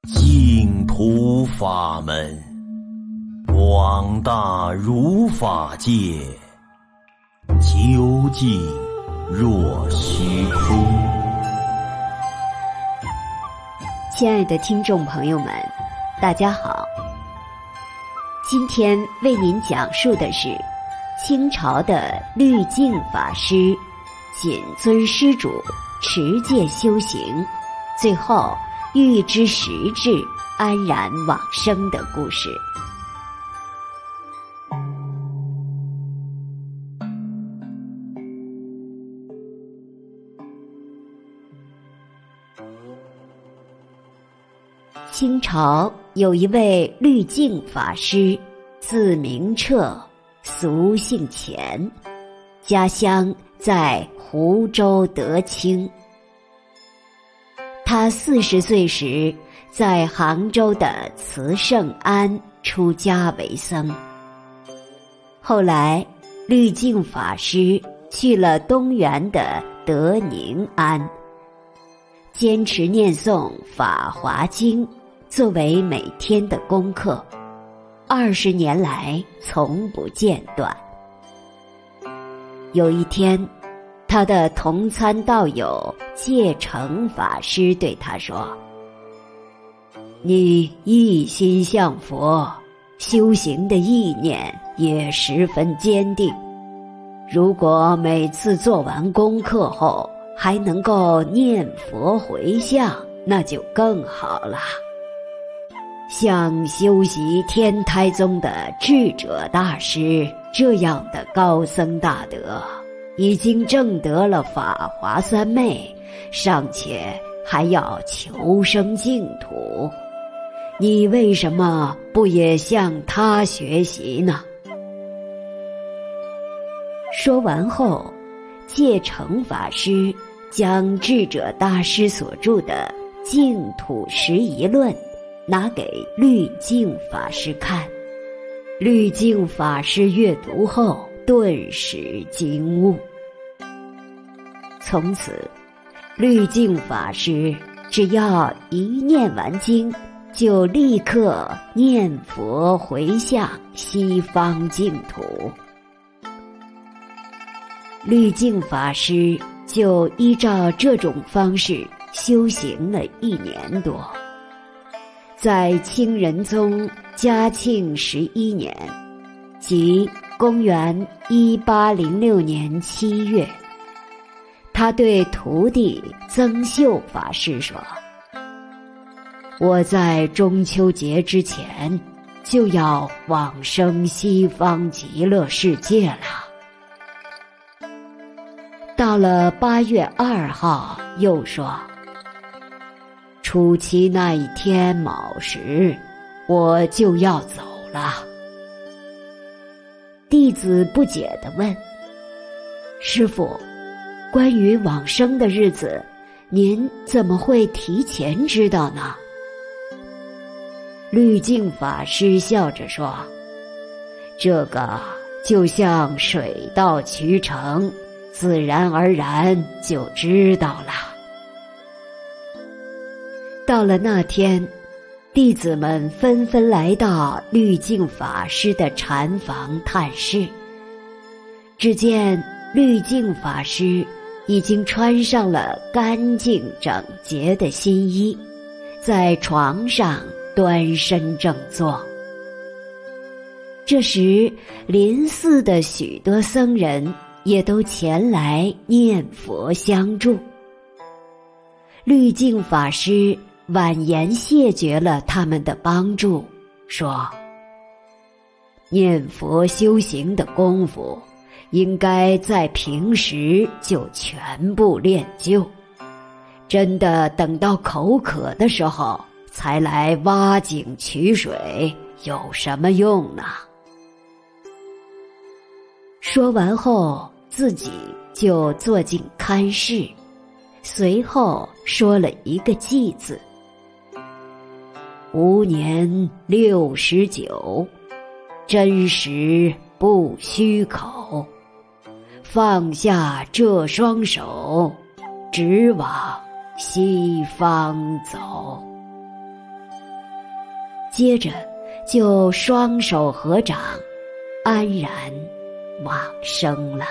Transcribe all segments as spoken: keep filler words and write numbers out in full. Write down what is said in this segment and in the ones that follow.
净土法门，广大如法界，究竟若虚空。 亲爱的听众朋友们，大家好。今天为您讲述的是清朝的滤净法师谨遵施主持戒修行，最后欲知实质，安然往生的故事。清朝有一位滤净法师，字明彻，俗姓钱，家乡在湖州德清。他四十岁时，在杭州的慈圣庵出家为僧。后来，滤净法师去了东园的德宁庵，坚持念诵《法华经》作为每天的功课，二十年来从不间断。有一天，他的同参道友戒成法师对他说：你一心向佛，修行的意念也十分坚定，如果每次做完功课后还能够念佛回向，那就更好了。像修习天台宗的智者大师这样的高僧大德，已经证得了法华三昧，尚且还要求生净土，你为什么不也向他学习呢？说完后，戒成法师将智者大师所著的《净土十疑论》拿给滤净法师看。滤净法师阅读后顿时惊悟，从此滤净法师只要一念完经，就立刻念佛回向西方净土。滤净法师就依照这种方式修行了一年多。在清仁宗嘉庆十一年，即公元一八零六年七月，他对徒弟曾秀法师说：我在中秋节之前就要往生西方极乐世界了。到了八月二号，又说：初七那一天卯时，我就要走了。弟子不解地问：师父，关于往生的日子，您怎么会提前知道呢？滤净法师笑着说：这个就像水到渠成，自然而然就知道了。到了那天，弟子们纷纷来到滤净法师的禅房探视。只见滤净法师已经穿上了干净整洁的新衣，在床上端身正坐。这时，邻寺的许多僧人也都前来念佛相助。滤净法师婉言谢绝了他们的帮助，说：念佛修行的功夫，应该在平时就全部练就，真的等到口渴的时候才来挖井取水，有什么用呢？说完后，自己就坐进龛室，随后说了一个偈字：吾年六十九，真实不虚口，放下这双手，直往西方走。 接着就双手合掌，安然往生了。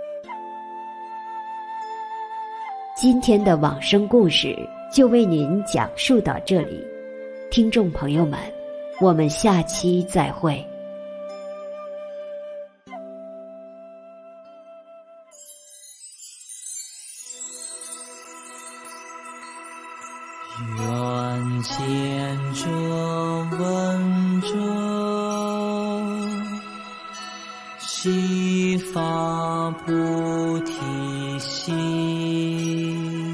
今天的往生故事就为您讲述到这里，听众朋友们，我们下期再会。 愿见者闻者，悉发菩提心，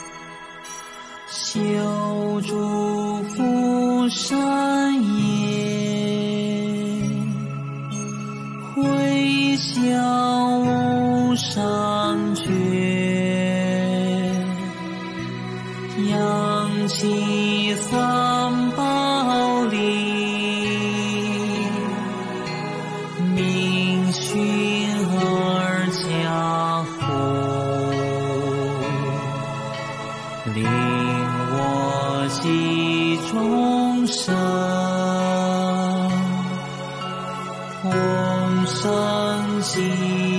修诸福善业，回向无上觉，扬起三宝力，明训而加护，令我及众生同生极